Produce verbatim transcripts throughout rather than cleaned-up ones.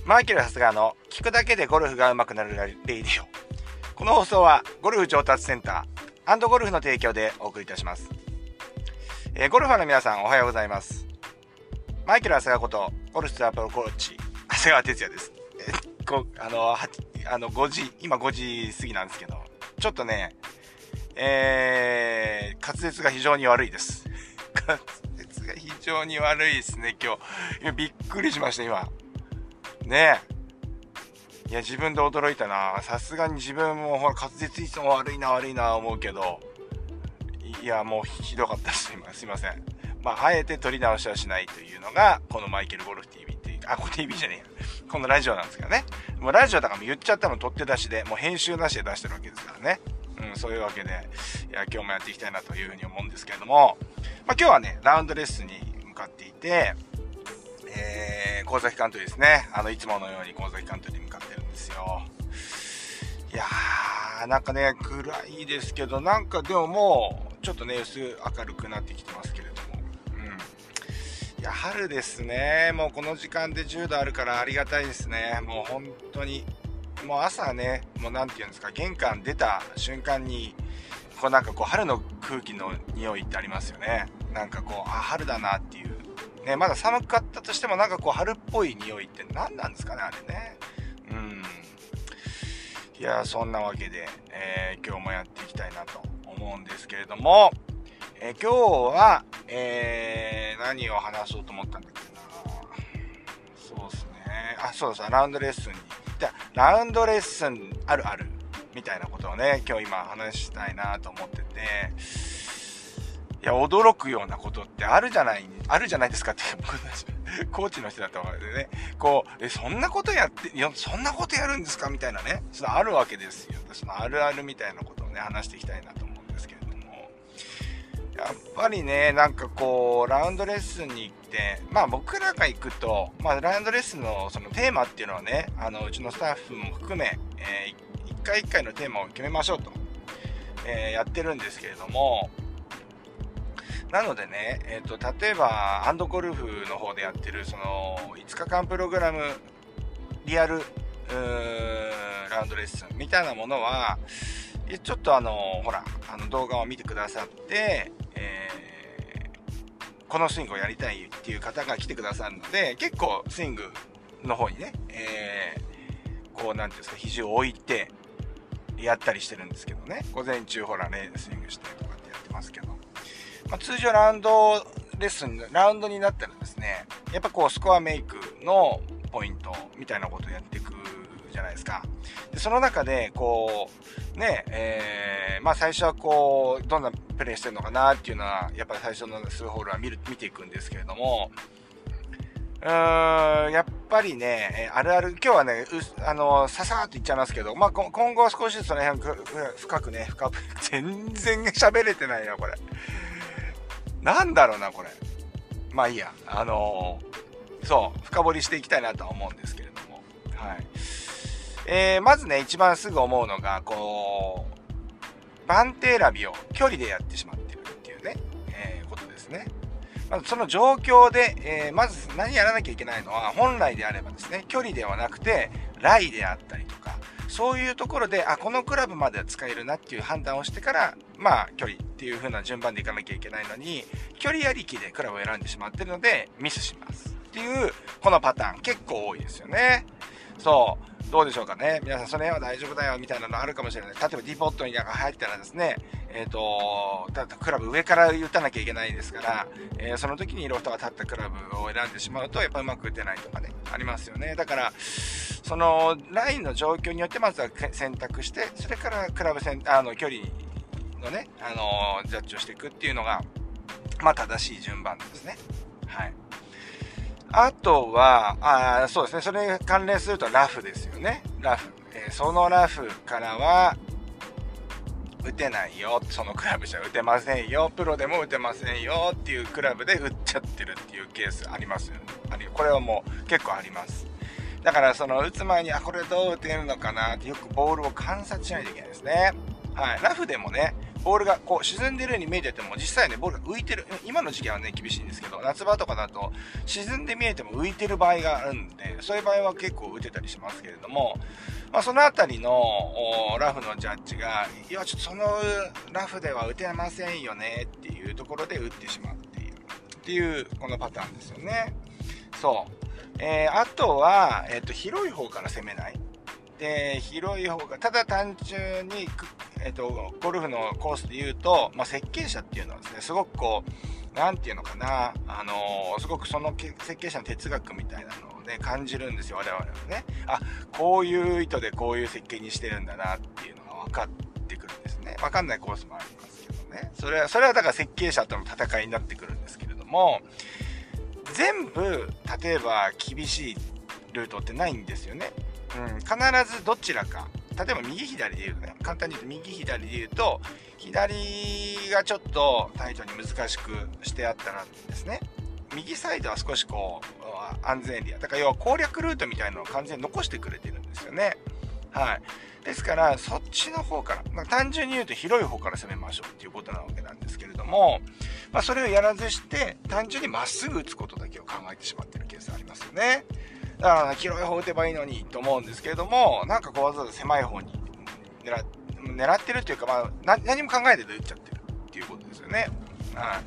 マイケル・ハスガーの聞くだけでゴルフが上手くなるレイディオ。この放送はゴルフ上達センター&ゴルフの提供でお送りいたします。えー、ゴルファーの皆さんおはようございます。マイケル・ハスガーことゴルフツアープロコーチ長谷川哲也です。えー、こあのはあのごじ今ごじ過ぎなんですけど、ちょっとねえー、滑舌が非常に悪いです。滑舌が非常に悪いですね今日。今びっくりしました今。ねえ、いや自分で驚いたな。さすがに自分もほら滑舌いつも悪いな悪いな思うけど、いやもうひどかったです。今すいません。まああえて取り直しはしないというのがこのマイケルゴルフ ティーブイ っていう、あ、これ ティーブイ じゃねえや、このラジオなんですけどね。もうラジオだからもう言っちゃったの取って出しで、もう編集なしで出してるわけですからね。うん、そういうわけで、いや今日もやっていきたいなというふうに思うんですけれども、まあ今日はねラウンドレッスンに向かっていて、えー、神崎カントリーですね。あのいつものように神崎カントリーに向かってるんですよ。いやーなんかね暗いですけど、なんかでももうちょっとね薄明るくなってきてますけれども、うん、いや春ですね。もうこの時間でじゅうどあるからありがたいですね。もう本当にもう朝ね、もうなんていうんですか、玄関出た瞬間にこうなんかこう春の空気の匂いってありますよね。なんかこうあ春だなっていうね。まだ寒かったとしてもなんかこう春っぽい匂いって何なんですかねあれね。うん。いやそんなわけで、えー、今日もやっていきたいなと思うんですけれども、えー、今日は、えー、何を話そうと思ったんだっけな。そうですね。あ、そうです。ラウンドレッスンに。じゃラウンドレッスンあるあるみたいなことをね今日今話したいなと思ってて、いや驚くようなことってあるじゃないあるじゃないですかってコーチの人だったわけでね、こうえそんなことやっていやそんなことやるんですかみたいなね、そのあるわけですよ。そのあるあるみたいなことをね話していきたいなと思うんですけれども、やっぱりねなんかこうラウンドレッスンに行って、まあ僕らが行くと、まあラウンドレッスンのそのテーマっていうのはね、あのうちのスタッフも含め、えー、一回一回のテーマを決めましょうと、えー、やってるんですけれども、なのでね、えーと、例えばアンドゴルフの方でやってるそのいつかかんプログラムリアルラウンドレッスンみたいなものはちょっとあのほらあの動画を見てくださって、えー、このスイングをやりたいっていう方が来てくださるので、結構スイングの方にね、えー、こうなんていうんですか、肘を置いてやったりしてるんですけどね。午前中ほらねスイングしてとかってやってますけど、まあ、通常ラウンドレッスンラウンドになったらですね、やっぱこうスコアメイクのポイントみたいなことをやっていくじゃないですか。でその中でこうね、えー、まあ最初はこうどんなプレーしてるのかなっていうのはやっぱり最初の数ホールは見る見ていくんですけれども、うーんやっぱりねあるある今日はねあのささーっと言っちゃいますけど、まあ今後は少しずつその辺深くね深く全然喋れてないなこれ。なんだろうなこれ。まあいいや、あのー、そう深掘りしていきたいなとは思うんですけれども、はい。えー、まずね一番すぐ思うのがこう番手選びを距離でやってしまってるっていうね、えー、ことですね。まずその状況で、えー、まず何やらなきゃいけないのは、本来であればですね距離ではなくてライであったりとか、そういうところであこのクラブまでは使えるなっていう判断をしてからまあ距離っていう風な順番でいかなきゃいけないのに、距離ありきでクラブを選んでしまってるのでミスしますっていうこのパターン結構多いですよね。そうどうでしょうかね皆さん。その辺は大丈夫だよみたいなのあるかもしれない。例えば D ポットになんか入ったらですね、えっとだクラブ上から打たなきゃいけないですから、えー、その時にロフトが立ったクラブを選んでしまうとやっぱうまく打てないとかねありますよね。だからそのラインの状況によってまずは選択して、それからクラブ選あの距離のねあのジャッジをしていくっていうのがまあ正しい順番ですね。はい。あとはあそうですね、それに関連するとラフですよね。ラフ、えー、そのラフからは打てないよ、そのクラブじゃ打てませんよ、プロでも打てませんよっていうクラブで打っちゃってるっていうケースありますよね。あれこれはもう結構あります。だからその打つ前にあこれどう打てるのかなってよくボールを観察しないといけないですね。はい、ラフでもねボールがこう沈んでるように見えてても、実際ね、ボールが浮いてる。今の時期はね、厳しいんですけど、夏場とかだと沈んで見えても浮いてる場合があるんで、そういう場合は結構打てたりしますけれども、まあ、そのあたりのラフのジャッジが、いや、ちょっとそのラフでは打てませんよねっていうところで打ってしまうっていう、っていう、このパターンですよね。そう。えー、あとは、えっと、広い方から攻めない。で、広い方が、ただ単純に、えっと、ゴルフのコースで言うと、まあ、設計者っていうのはですね、すごくこう、なんていうのかな、あのー、すごくその設計者の哲学みたいなのをね、感じるんですよ、我々はね。あ、こういう意図でこういう設計にしてるんだなっていうのが分かってくるんですね。分かんないコースもありますけどね。それは、それはだから設計者との戦いになってくるんですけれども、全部、例えば厳しいルートってないんですよね。うん、必ずどちらか。例えば右左で言うとね、簡単に言うと右左で言うと、左がちょっとタイトに難しくしてあったらですね、右サイドは少しこう、安全エリア。だから要は攻略ルートみたいなのを完全に残してくれてるんですよね。はい。ですから、そっちの方から、まあ、単純に言うと広い方から攻めましょうっていうことなわけなんですけれども、まあ、それをやらずして、単純にまっすぐ打つことだけを考えてしまっているケースありますよね。だから、広い方打てばいいのにと思うんですけれども、なんかこうわざわざ狭い方に狙狙ってるっていうか、まあ、な何も考えて打っちゃってるっていうことですよね。はい。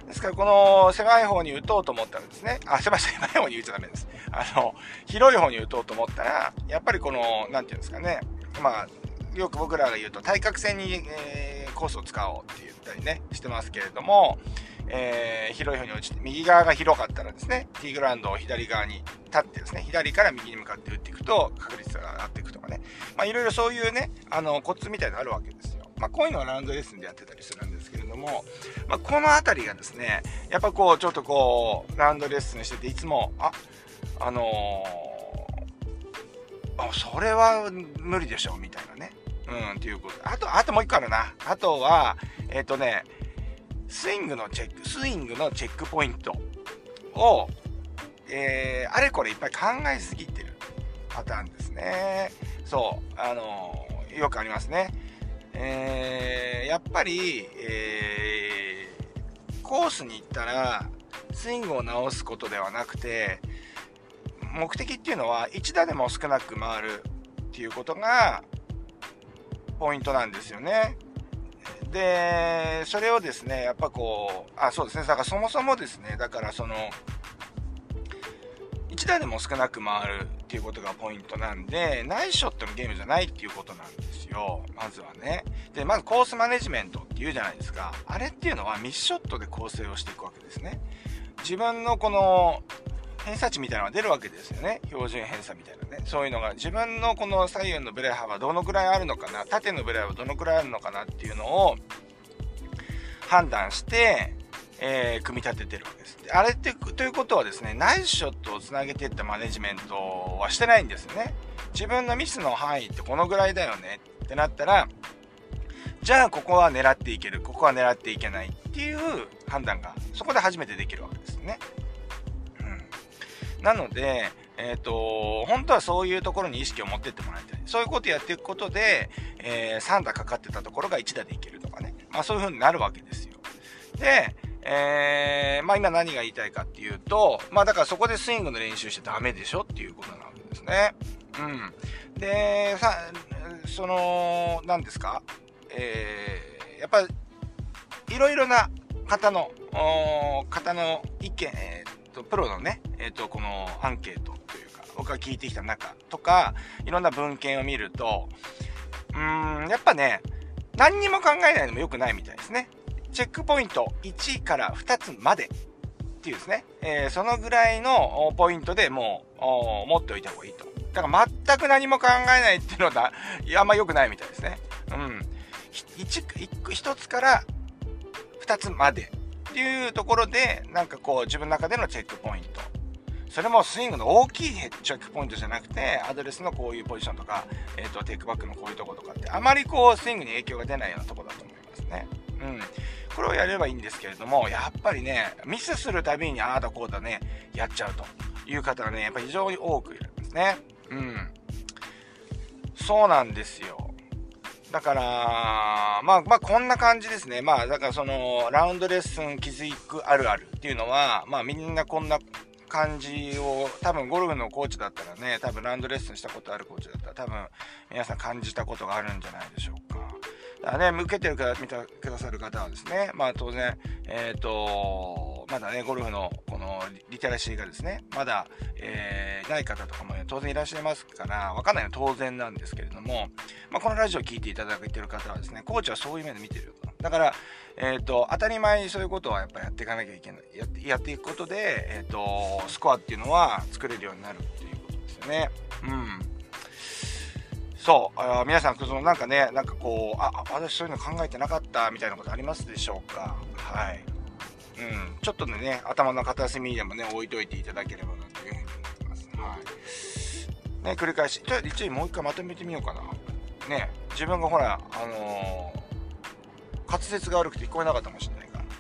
ですから、この狭い方に打とうと思ったらですね、あ、狭い、狭い方に打っちゃダメです。あの、広い方に打とうと思ったら、やっぱりこの、なんていうんですかね、まあ、よく僕らが言うと、対角線に、えー、コースを使おうって言ったりね、してますけれども、えー、広い方に落ちて、右側が広かったらですね、ティーグラウンドを左側に立ってですね、左から右に向かって打っていくと、確率が上がっていくとかね。まあ、いろいろそういうね、あの、コツみたいなのあるわけですよ。まあ、こういうのはラウンドレッスンでやってたりするんですけれども、まあ、このあたりがですね、やっぱこう、ちょっとこう、ラウンドレッスンしてて、いつも、あ、あのー、あ、それは無理でしょ、みたいなね。うん、っていうこと。あと、あともう一個あるな。あとは、えっとね、スイングのチェック、スイングのチェックポイントを、えー、あれこれいっぱい考えすぎてるパターンですね。そう、あのー、よくありますね。えー、やっぱり、えー、コースに行ったら、スイングを直すことではなくて、目的っていうのは、いち打でも少なく回るっていうことが、ポイントなんですよね。で、それをですね、やっぱこう、あ、そうですね、だからそもそもですね、だからその、いち打でも少なく回るっていうことがポイントなんで、ナイスショットのゲームじゃないっていうことなんですよ、まずはね。で、まずコースマネジメントっていうじゃないですか。あれっていうのはミスショットで構成をしていくわけですね。自分のこの、偏差値みたいなのが出るわけですよね。標準偏差みたいなね。そういうのが自分のこの左右のブレ幅どのくらいあるのかな、縦のブレ幅どのくらいあるのかなっていうのを判断して、えー、組み立ててるわけです。あれってということはですね、ナイスショットをつなげていったマネジメントはしてないんですよね。自分のミスの範囲ってこのぐらいだよねってなったら、じゃあここは狙っていける、ここは狙っていけないっていう判断がそこで初めてできるわけですね。なので、えっと、本当はそういうところに意識を持ってってもらいたい。そういうことをやっていくことで、えー、さん打かかってたところがいち打でいけるとかね。まあそういう風になるわけですよ。で、えー、まあ今何が言いたいかっていうと、まあだからそこでスイングの練習してダメでしょっていうことなわけですね。うん。で、さ、その、何ですか、えー、やっぱ、いろいろな方の、方の意見、えープロのね、えっと、このアンケートというか、僕が聞いてきた中とか、いろんな文献を見ると、うーん、やっぱね、何にも考えないのも良くないみたいですね。チェックポイントいちからふたつまでっていうですね、えー、そのぐらいのポイントでもう持っておいた方がいいと。だから全く何も考えないっていうのはあんま良くないみたいですね。うん。ひとつからふたつまで。っていうところで、なんかこう自分の中でのチェックポイント。それもスイングの大きいチェックポイントじゃなくて、アドレスのこういうポジションとか、えっと、テイクバックのこういうところとかって、あまりこうスイングに影響が出ないようなところだと思いますね。うん。これをやればいいんですけれども、やっぱりね、ミスするたびにああだこうだね、やっちゃうという方がね、やっぱり非常に多くいるんですね。うん。そうなんですよ。 だから、まあまあこんな感じですね。まあだからその、ラウンドレッスン気づくあるあるっていうのは、まあみんなこんな感じを、多分ゴルフのコーチだったらね、多分ラウンドレッスンしたことあるコーチだったら多分皆さん感じたことがあるんじゃないでしょうか。だからね、受けてるか見てくださる方はですね、まあ当然、えっと、まだね、ゴルフのこのリテラシーがですね、まだ、えー、ない方とかも、ね、当然いらっしゃいますから、わかんないのは当然なんですけれども、まあこのラジオを聞いていただいている方はですね、コーチはそういう目で見てる。だから、えっと、当たり前にそういうことはやっぱりやっていかなきゃいけない。やって、やっていくことで、えっと、スコアっていうのは作れるようになるっていうことですよね。うん。そう、あ、皆さん、そのなんかね、なんかこう、あ、私そういうの考えてなかったみたいなことありますでしょうか。はい。うん。ちょっとね、頭の片隅でもね、置いといていただければなというふうに思います。はい。ね、繰り返し。じゃあ、一応もう一回まとめてみようかな。ね、自分がほら、あのー、滑舌が悪くて聞こえなかったかもしれないから。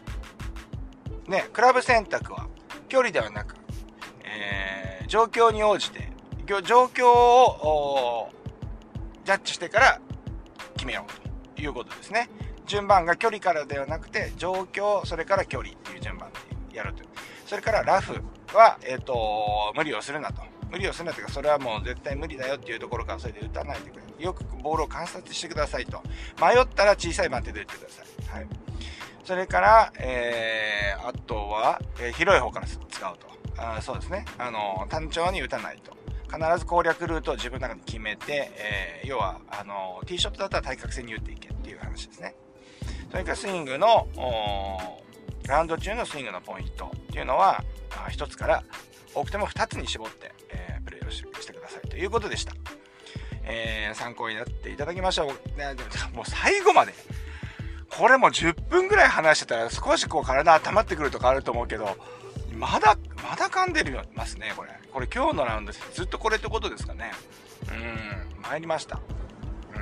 ね、クラブ選択は、距離ではなく、えー、状況に応じて、状況を、ジャッジしてから決めようということですね。順番が距離からではなくて、状況、それから距離っていう順番でやるという。それからラフは、えっと、無理をするなと。無理をするなというか、それはもう絶対無理だよっていうところからそれで打たないでくれ。よくボールを観察してくださいと。迷ったら小さい番手で打ってください。はい。それから、えー、あとは、えー、広い方から使うと。あ、そうですね。あの、単調に打たないと。必ず攻略ルートを自分の中で決めて、えー、要はあのティーショットだったら対角線に打っていけっていう話ですね。それからスイングのラウンド中のスイングのポイントっていうのはひとつから多くてもふたつに絞って、えー、プレーをしてくださいということでした。えー、参考になっていただきましょう。ね、でももう最後までこれもじゅっぷんぐらい話してたら少しこう体温まってくるとかあると思うけど、まだまだ噛んでるますね。これこれ今日のラウンドです。ずっとこれってことですかね。うん、参りました。うん、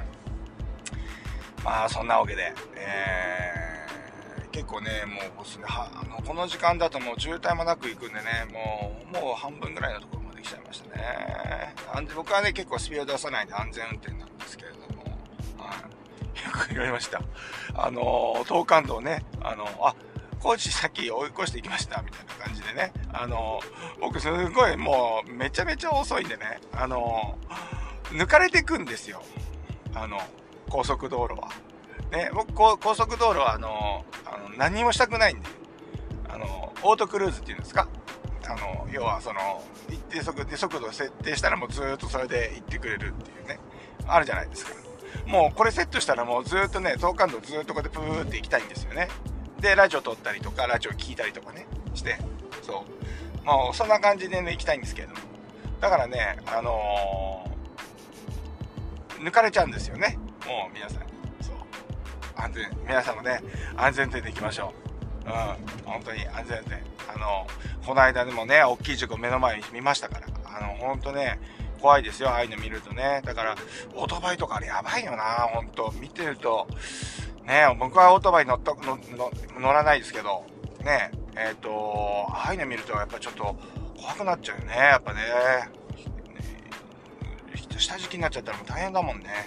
まあそんなわけで、えー、結構ね、もうはあのこの時間だともう渋滞もなく行くんでね、もうもう半分ぐらいのところまで来ちゃいましたね。僕はね結構スピード出さないで安全運転なんですけれども、はい、よく言われました。あの東関道ね、あのあコーチさっき追い越していきましたみたいな感じでね、あの僕すごいもうめちゃめちゃ遅いんでね、あの抜かれていくんですよ、あの高速道路はね。僕高速道路はあのあの何もしたくないんで、あのオートクルーズっていうんですか、あの要はその一定速度で速度を設定したらもうずっとそれで行ってくれるっていうね、あるじゃないですか。もうこれセットしたらもうずっとね東関道ずっとこうやってプーって行きたいんですよね。でラジオ撮ったりとかラジオ聞いたりとかねして、そうもうそんな感じでね行きたいんですけれども、だからねあのー、抜かれちゃうんですよね。もう皆さんそう安全、皆さんもね安全運転で行きましょう。うん、本当に安全運転。あのこの間でもね大きい事故目の前に見ましたから、あの本当ね怖いですよ、ああいうの見るとね。だからオートバイとかあれやばいよな、本当見てるとね。僕はオートバイ乗ったのの乗らないですけどね、えっとああいうの見るとやっぱちょっと怖くなっちゃうよね、やっぱね。下敷きになっちゃったらもう大変だもんね。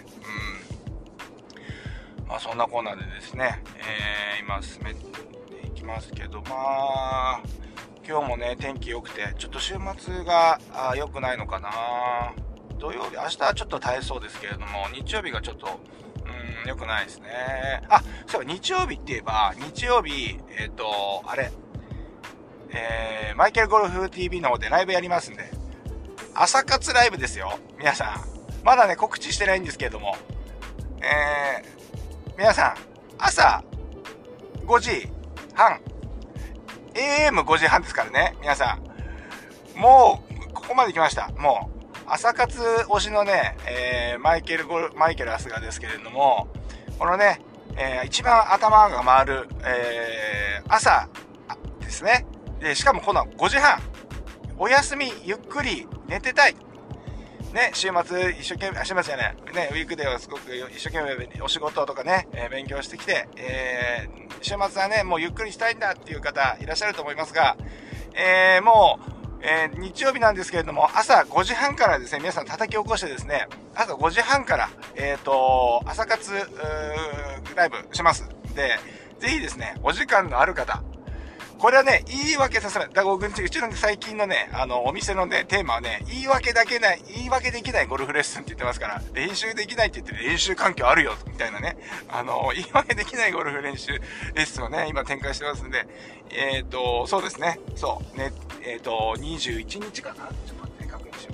うん。まあそんなコーナーでですね、えー、今進めていきますけど、まあ今日もね天気良くて、ちょっと週末が良くないのかな。土曜日、明日はちょっと耐えそうですけれども、日曜日がちょっとうん良くないですね。あ、そう、日曜日って言えば日曜日えっとあれ、えー、マイケルゴルフ ティーブイ の方でライブやりますんで、朝活ライブですよ皆さん。まだね告知してないんですけれども、えー、皆さん朝ごじはん エーエムごじはんですからね。皆さんもうここまで来ました。もう朝活推しのね、えー、マイケルゴルマイケルアスガですけれども、このね、えー、一番頭が回る、えー、朝ですね。でしかもこのごじはん、お休みゆっくり寝てたいね、週末一生懸命、週末じゃないね、ウィークデーはすごく一生懸命お仕事とかね、えー、勉強してきて、えー、週末はねもうゆっくりしたいんだっていう方いらっしゃると思いますが、えー、もえー、日曜日なんですけれども、朝ごじはんからですね、皆さん叩き起こしてですね、朝ごじはんから、えっと、朝活、ライブします。で、ぜひですね、お時間のある方、これはね、言い訳させない。だから僕、うちの最近のね、あの、お店のね、テーマはね、言い訳だけない、言い訳できないゴルフレッスンって言ってますから、練習できないって言って練習環境あるよ、みたいなね。あの、言い訳できないゴルフ練習レッスンをね、今展開してますんで、えっと、そうですね、そう、ね、えっと、にじゅういちにちかな？ちょっと待って、確認しよ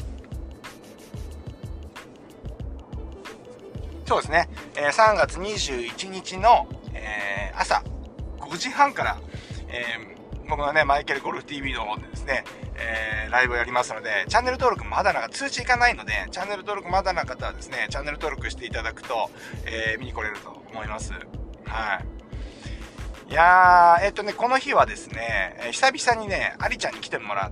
う。そうですね、えー、さんがつにじゅういちにちの、えー、朝ごじはんから、えー、僕のね、マイケルゴルフ ティーブイ の方でですね、えー、ライブをやりますので、チャンネル登録まだなか、通知いかないので、チャンネル登録まだな方はですね、チャンネル登録していただくと、えー、見に来れると思います。はい。いやー、えっとね、この日はですね、えー、久々にね、アリちゃんに来てもらって、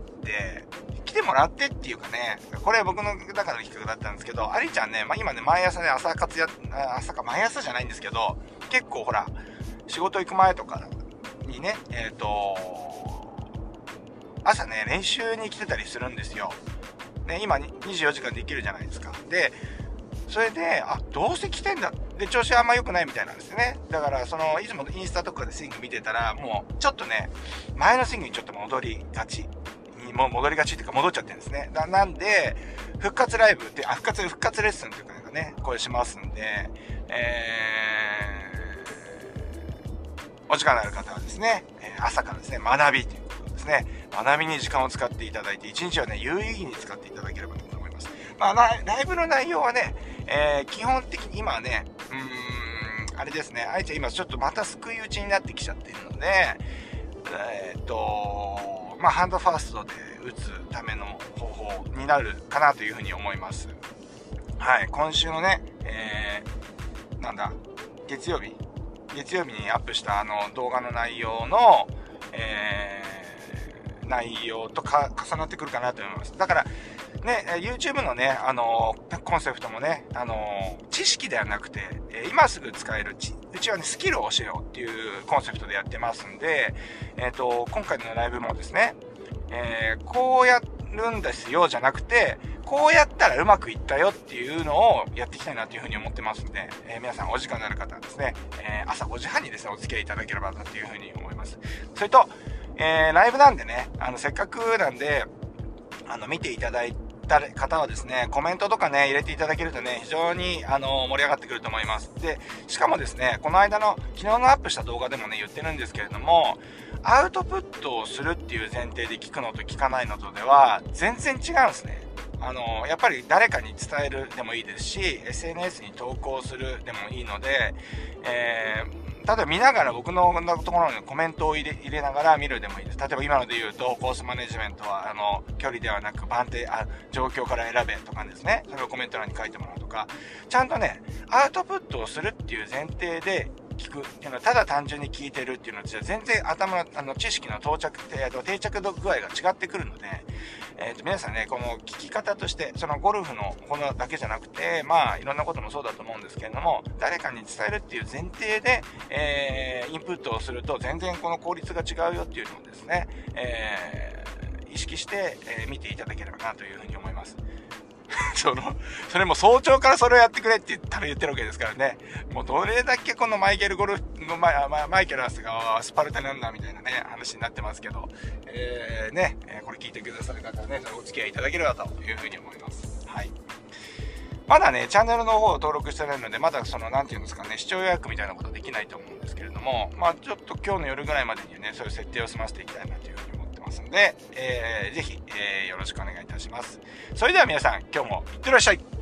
来てもらってっていうかね、これ僕の中の企画だったんですけど、アリちゃんね、まあ、今ね、毎朝ね、朝活や、朝か、毎朝じゃないんですけど、結構ほら、仕事行く前とかにね、えっと、朝ね、練習に来てたりするんですよ。ね、今にじゅうよじかんできるじゃないですか。で、それで、あ、どうせ来てんだ。で、調子あんま良くないみたいなんですね。だから、その、いつもインスタとかでスイング見てたら、もう、ちょっとね、前のスイングにちょっと戻りがち。もう戻りがちっていうか戻っちゃってるんですね。な、なんで、復活ライブって、あ、復活、復活レッスンっていうかね、これしますんで、えー、お時間のある方はですね、朝からですね、学びということですね、学びに時間を使っていただいて、一日はね、有意義に使っていただければと思います。まあ、ライブの内容はね、えー、基本的に今はね、うーん、あれですね、あいちゃん今ちょっとまた救い打ちになってきちゃっているので、えー、っと、まあ、ハンドファーストで打つための方法になるかなというふうに思います。はい、今週のね、えー、なんだ、月曜日月曜日にアップしたあの動画の内容の、えー、内容とか重なってくるかなと思います。だからね、YouTube のね、あのコンセプトもね、あの知識ではなくて、今すぐ使えるち、うちはね、スキルを教えようっていうコンセプトでやってますんで、えっと、今回のライブもですね、えー、こうやるんですよじゃなくて、こうやったらうまくいったよっていうのをやっていきたいなというふうに思ってますんで、えー、皆さんお時間のある方はですね、えー、朝ごじはんにですね、お付き合いいただければなというふうに思います。それと、えー、ライブなんでね、あの、せっかくなんで、あの、見ていただいた方はですね、コメントとかね、入れていただけるとね、非常に、あの、盛り上がってくると思います。で、しかもですね、この間の、昨日のアップした動画でもね、言ってるんですけれども、アウトプットをするっていう前提で聞くのと聞かないのとでは、全然違うんですね。あの、やっぱり誰かに伝えるでもいいですし、エスエヌエス に投稿するでもいいので、えー、例えば見ながら僕のところにコメントを入れ入れながら見るでもいいです。例えば今ので言うと、コースマネジメントは、あの、距離ではなく番手、あ、状況から選べとかですね、それをコメント欄に書いてもらうとか、ちゃんとね、アウトプットをするっていう前提で、聞くっていうのはただ単純に聞いてるっていうのは全然頭のあの知識の到着定着度具合が違ってくるので、えー、と皆さんね、この聞き方としてそのゴルフのこのだけじゃなくて、まあいろんなこともそうだと思うんですけれども、誰かに伝えるっていう前提で、えー、インプットをすると全然この効率が違うよっていうのをですね、えー、意識して、えー、見ていただければなというふうに思います。その、それも早朝からそれをやってくれって言ったら言ってるわけですからね。もうどれだけこのマイケルゴルフのマイ、マイケルハスがスパルタなんだみたいなね、話になってますけど、えー、ね、これ聞いてくださる方はね、お付き合いいただければというふうに思います。はい。まだね、チャンネルの方を登録してないので、まだその、なんていうんですかね、視聴予約みたいなことできないと思うんですけれども、まあちょっと今日の夜ぐらいまでにね、そういう設定を済ませていきたいなというふうに思ってますので、えー、ぜひ、えー、よろしくお願いいたします。それでは皆さん、今日もいってらっしゃい。